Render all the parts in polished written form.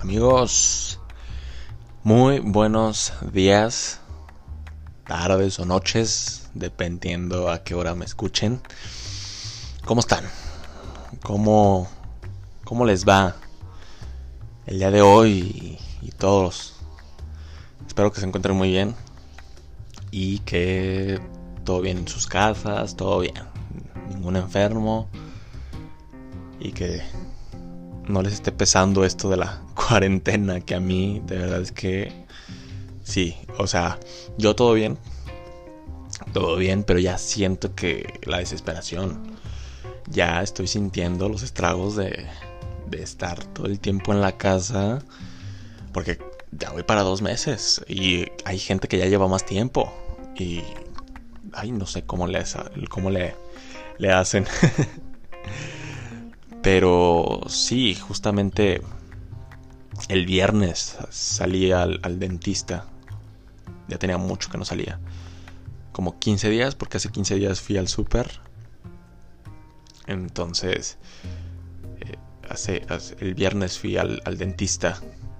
Amigos, muy buenos días, tardes o noches, dependiendo a qué hora me escuchen. ¿Cómo están? ¿Cómo les va el día de hoy y todos? Espero que se encuentren muy bien y que todo bien en sus casas, todo bien, ningún enfermo y que no les esté pesando esto de la cuarentena, que a mí de verdad es que sí, o sea, yo todo bien, pero ya siento que la desesperación, ya estoy sintiendo los estragos de estar todo el tiempo en la casa, porque ya voy para 2 meses y hay gente que ya lleva más tiempo y ay, no sé cómo le hacen. Pero sí, justamente el viernes salí al dentista. Ya tenía mucho que no salía. Como 15 días, porque hace 15 días fui al súper. Entonces, el viernes fui al dentista.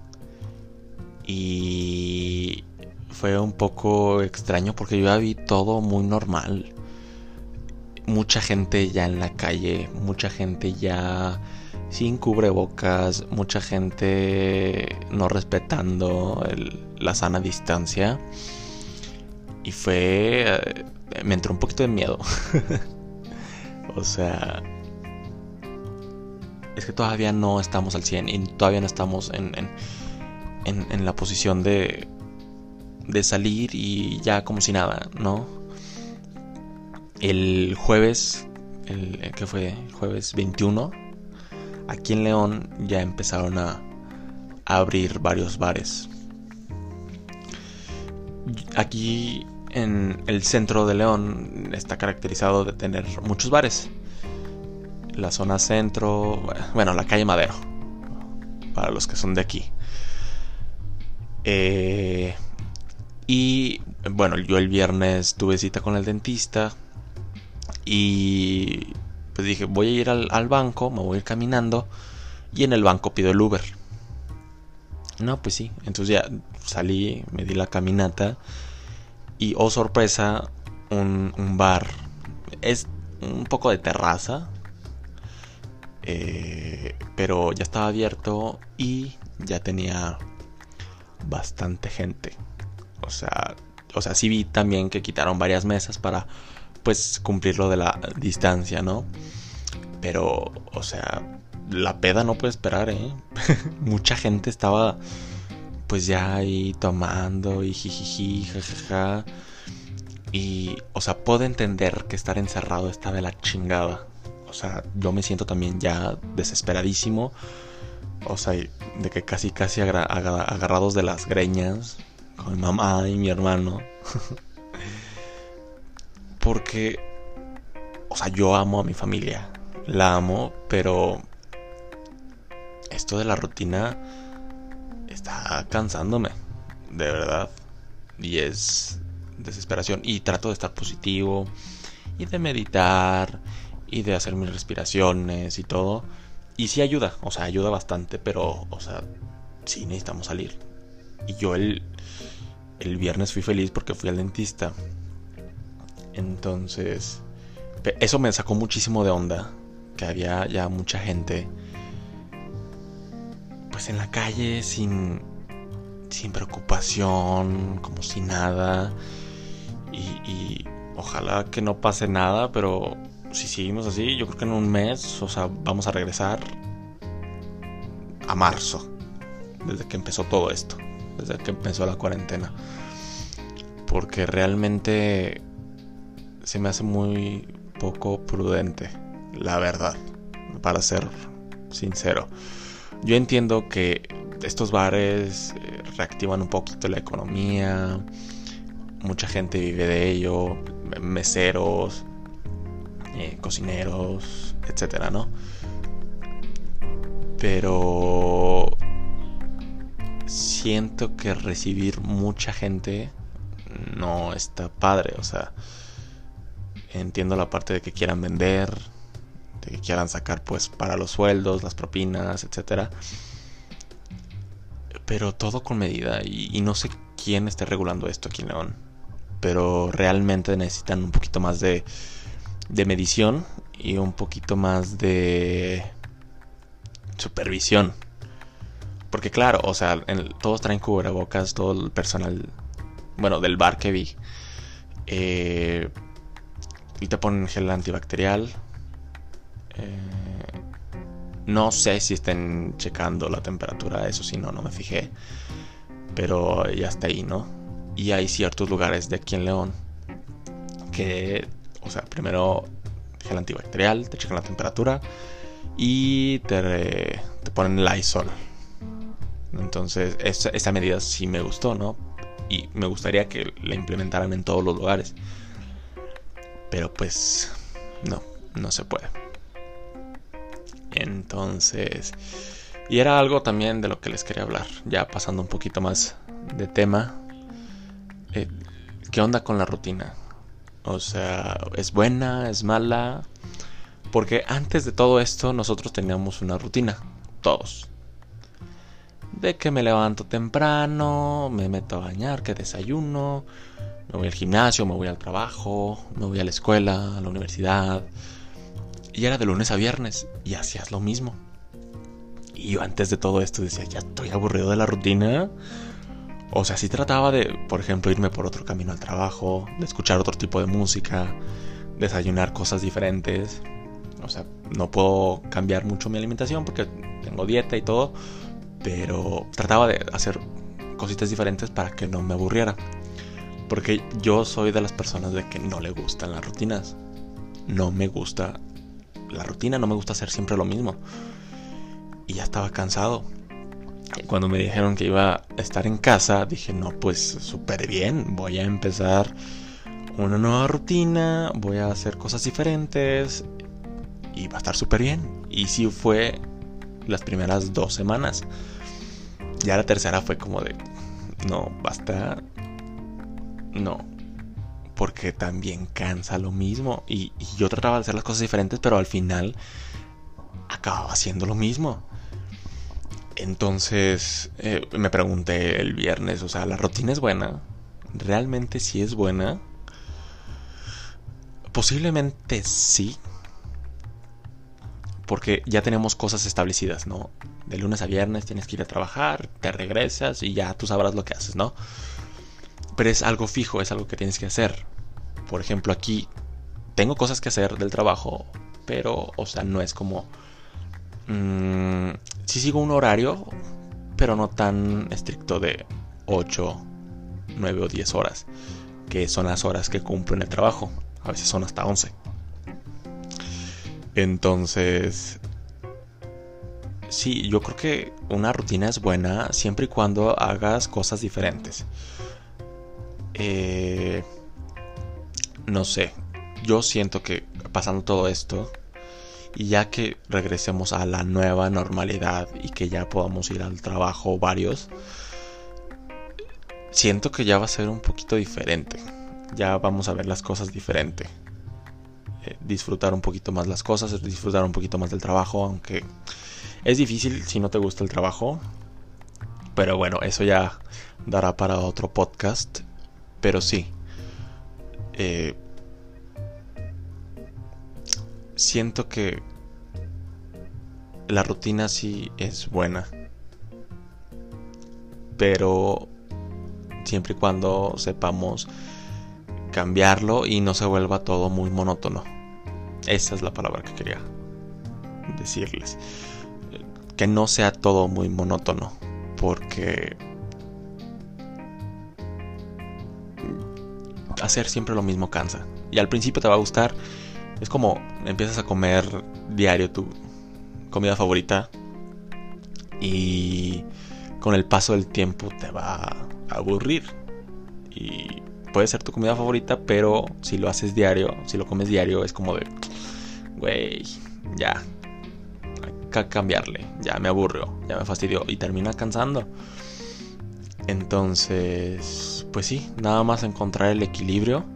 Y fue un poco extraño porque yo ya vi todo muy normal. Mucha gente ya en la calle, mucha gente ya sin cubrebocas, mucha gente no respetando la sana distancia. Y me entró un poquito de miedo. O sea, es que todavía no estamos al 100 y todavía no estamos en la posición de salir y ya como si nada, ¿no? El jueves, ¿qué fue? El jueves 21, aquí en León ya empezaron a abrir varios bares. Aquí en el centro de León está caracterizado de tener muchos bares. La zona centro, bueno, la calle Madero, para los que son de aquí. Y bueno, yo el viernes tuve cita con el dentista. Y pues dije, voy a ir al banco, me voy a ir caminando. Y en el banco pido el Uber. No, pues sí. Entonces ya salí, me di la caminata. Y oh sorpresa, un bar. Es un poco de terraza. Pero ya estaba abierto y ya tenía bastante gente. O sea, sí vi también que quitaron varias mesas para pues cumplir lo de la distancia, ¿no? Pero, o sea, la peda no puede esperar, ¿eh? Mucha gente estaba pues ya ahí tomando y jijiji, jajaja. Y, o sea, puedo entender que estar encerrado está de la chingada. O sea, yo me siento también ya desesperadísimo. O sea, de que casi agarrados de las greñas con mi mamá y mi hermano. Porque, o sea, yo amo a mi familia, la amo, pero esto de la rutina está cansándome, de verdad. Y es desesperación. Y trato de estar positivo y de meditar y de hacer mis respiraciones y todo. Y sí ayuda, o sea, ayuda bastante, pero, o sea, sí necesitamos salir. Y yo el viernes fui feliz porque fui al dentista. Entonces, eso me sacó muchísimo de onda, que había ya mucha gente pues en la calle sin preocupación, como si nada. Y ojalá que no pase nada, pero si seguimos así, yo creo que en un mes, o sea, vamos a regresar a marzo, desde que empezó todo esto, desde que empezó la cuarentena. Porque realmente se me hace muy poco prudente, la verdad, para ser sincero. Yo entiendo que estos bares reactivan un poquito la economía, mucha gente vive de ello, meseros, cocineros, etcétera, ¿no? Pero siento que recibir mucha gente no está padre, o sea, entiendo la parte de que quieran vender, de que quieran sacar pues para los sueldos, las propinas, etcétera. pero todo con medida. Y no sé quién esté regulando esto aquí en León, pero realmente necesitan un poquito más de medición y un poquito más de supervisión. Porque claro, o sea, todos traen cubrebocas, todo el personal, bueno, del bar que vi. Y te ponen gel antibacterial. No sé si estén checando la temperatura, eso sí, no me fijé. Pero ya está ahí, ¿no? Y hay ciertos lugares de aquí en León que, o sea, primero gel antibacterial, te checan la temperatura y te ponen Lysol. Entonces, esa medida sí me gustó, ¿no? Y me gustaría que la implementaran en todos los lugares. Pero pues, no se puede. Entonces, y era algo también de lo que les quería hablar. Ya pasando un poquito más de tema. ¿Qué onda con la rutina? O sea, ¿es buena? ¿Es mala? Porque antes de todo esto nosotros teníamos una rutina. Todos. De que me levanto temprano, me meto a bañar, que desayuno, me voy al gimnasio, me voy al trabajo, me voy a la escuela, a la universidad. Y era de lunes a viernes y hacías lo mismo. Y yo antes de todo esto decía, ya estoy aburrido de la rutina. O sea, sí trataba de, por ejemplo, irme por otro camino al trabajo, de escuchar otro tipo de música, desayunar cosas diferentes. O sea, no puedo cambiar mucho mi alimentación porque tengo dieta y todo, pero trataba de hacer cositas diferentes para que no me aburriera. Porque yo soy de las personas de que no le gustan las rutinas. No me gusta la rutina, no me gusta hacer siempre lo mismo. Y ya estaba cansado. Cuando me dijeron que iba a estar en casa, dije, no, pues súper bien. Voy a empezar una nueva rutina, voy a hacer cosas diferentes y va a estar súper bien. Y sí fue las primeras 2 semanas. Ya la tercera fue como de, no, basta. No, porque también cansa lo mismo. Y yo trataba de hacer las cosas diferentes, pero al final acababa haciendo lo mismo. Entonces me pregunté el viernes, o sea, ¿la rutina es buena? ¿Realmente sí es buena? Posiblemente sí, porque ya tenemos cosas establecidas, ¿no? De lunes a viernes tienes que ir a trabajar, te regresas y ya tú sabrás lo que haces, ¿no? Pero es algo fijo, es algo que tienes que hacer. Por ejemplo, aquí tengo cosas que hacer del trabajo, pero, o sea, no es como... sí sigo un horario, pero no tan estricto de 8, 9 o 10 horas, que son las horas que cumplo en el trabajo. A veces son hasta 11. Entonces, sí, yo creo que una rutina es buena siempre y cuando hagas cosas diferentes. No sé, yo siento que pasando todo esto y ya que regresemos a la nueva normalidad y que ya podamos ir al trabajo varios, siento que ya va a ser un poquito diferente. Ya vamos a ver las cosas diferente. Disfrutar un poquito más las cosas, disfrutar un poquito más del trabajo, aunque es difícil si no te gusta el trabajo. Pero bueno, eso ya dará para otro podcast. Pero sí, siento que la rutina sí es buena, pero siempre y cuando sepamos cambiarlo y no se vuelva todo muy monótono. Esa es la palabra que quería decirles. Que no sea todo muy monótono, porque hacer siempre lo mismo cansa. Y al principio te va a gustar. Es como empiezas a comer diario tu comida favorita y con el paso del tiempo te va a aburrir. Y puede ser tu comida favorita, pero si lo haces diario, si lo comes diario, es como de, güey, ya, hay que cambiarle, ya me aburrió, ya me fastidió y termina cansando. Entonces, pues sí, nada más encontrar el equilibrio.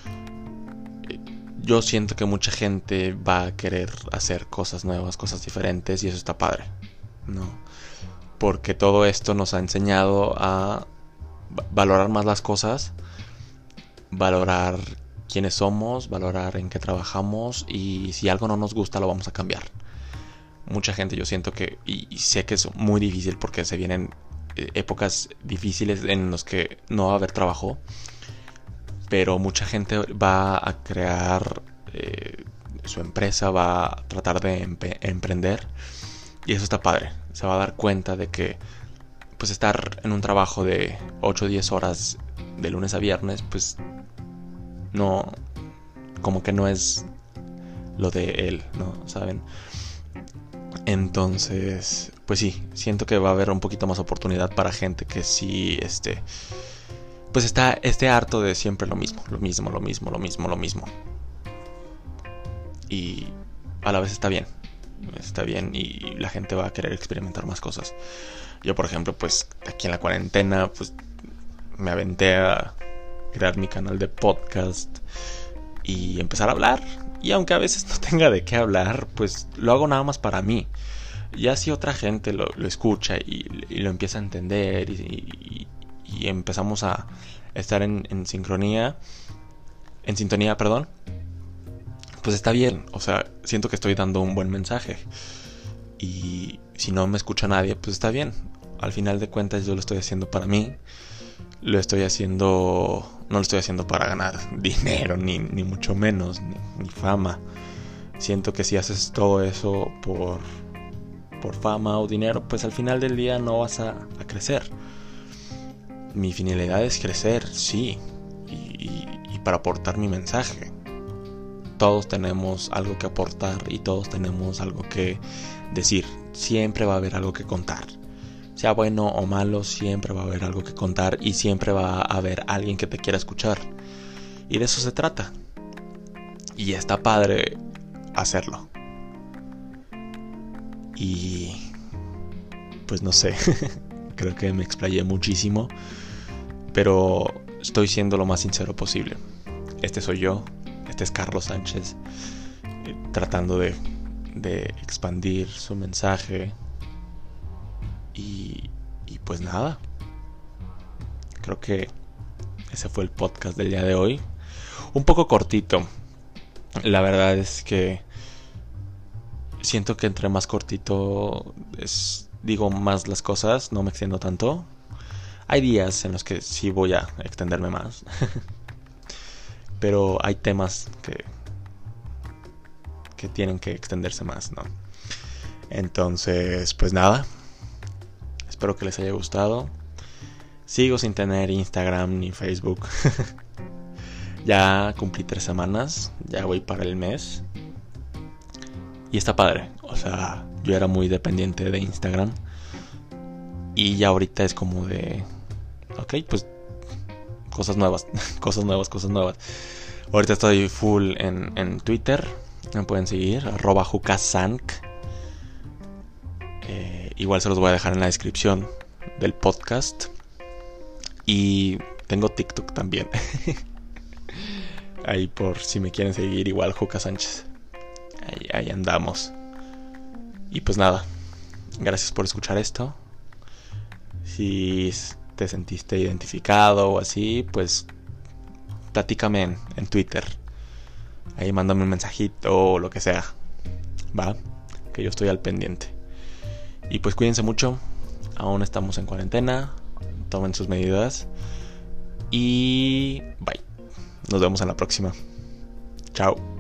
Yo siento que mucha gente va a querer hacer cosas nuevas, cosas diferentes, y eso está padre, ¿no? porque todo esto nos ha enseñado a valorar más las cosas, valorar quiénes somos, valorar en qué trabajamos, y si algo no nos gusta lo vamos a cambiar. Mucha gente, yo siento que, y sé que es muy difícil porque se vienen épocas difíciles en las que no va a haber trabajo, pero mucha gente va a crear su empresa, va a tratar de emprender, y eso está padre. Se va a dar cuenta de que pues estar en un trabajo de 8 o 10 horas de lunes a viernes, pues no, como que no es lo de él, ¿no? ¿Saben? Entonces, pues sí, siento que va a haber un poquito más oportunidad para gente que sí, pues está harto de siempre lo mismo. Y a la vez está bien y la gente va a querer experimentar más cosas. Yo, por ejemplo, pues aquí en la cuarentena, pues me aventé a crear mi canal de podcast y empezar a hablar. Y aunque a veces no tenga de qué hablar, pues lo hago nada más para mí. Ya si otra gente lo escucha y lo empieza a entender y empezamos a estar en sintonía, pues está bien. O sea, siento que estoy dando un buen mensaje. Y si no me escucha nadie, pues está bien. Al final de cuentas yo lo estoy haciendo para mí. No lo estoy haciendo para ganar dinero, ni mucho menos, ni fama. Siento que si haces todo eso por fama o dinero, pues al final del día no vas a crecer. Mi finalidad es crecer, sí, y para aportar mi mensaje. Todos tenemos algo que aportar y todos tenemos algo que decir. Siempre va a haber algo que contar. Sea bueno o malo, siempre va a haber algo que contar y siempre va a haber alguien que te quiera escuchar. Y de eso se trata. Y está padre hacerlo. Y pues no sé, creo que me explayé muchísimo, pero estoy siendo lo más sincero posible. Este soy yo, este es Carlos Sánchez, tratando de expandir su mensaje. Y pues nada, creo que ese fue el podcast del día de hoy. Un poco cortito. La verdad es que siento que entre más cortito digo más las cosas, no me extiendo tanto. Hay días en los que sí voy a extenderme más. Pero hay temas que tienen que extenderse más, ¿no? Entonces, pues nada. Espero que les haya gustado. Sigo sin tener Instagram ni Facebook. Ya cumplí 3 semanas. Ya voy para el mes. Y está padre. O sea, yo era muy dependiente de Instagram. Y ya ahorita es como de... Ok, pues... Cosas nuevas. Cosas nuevas. Ahorita estoy full en Twitter. Me pueden seguir. @jucasank. Igual se los voy a dejar en la descripción del podcast. Y tengo TikTok también. Ahí por si me quieren seguir, igual Juca Sánchez. Ahí andamos. Y pues nada, gracias por escuchar esto. Si te sentiste identificado o así, pues platícame en Twitter. Ahí mándame un mensajito o lo que sea. Va, que yo estoy al pendiente. Y pues cuídense mucho. Aún estamos en cuarentena. Tomen sus medidas. Y bye. Nos vemos en la próxima. Chao.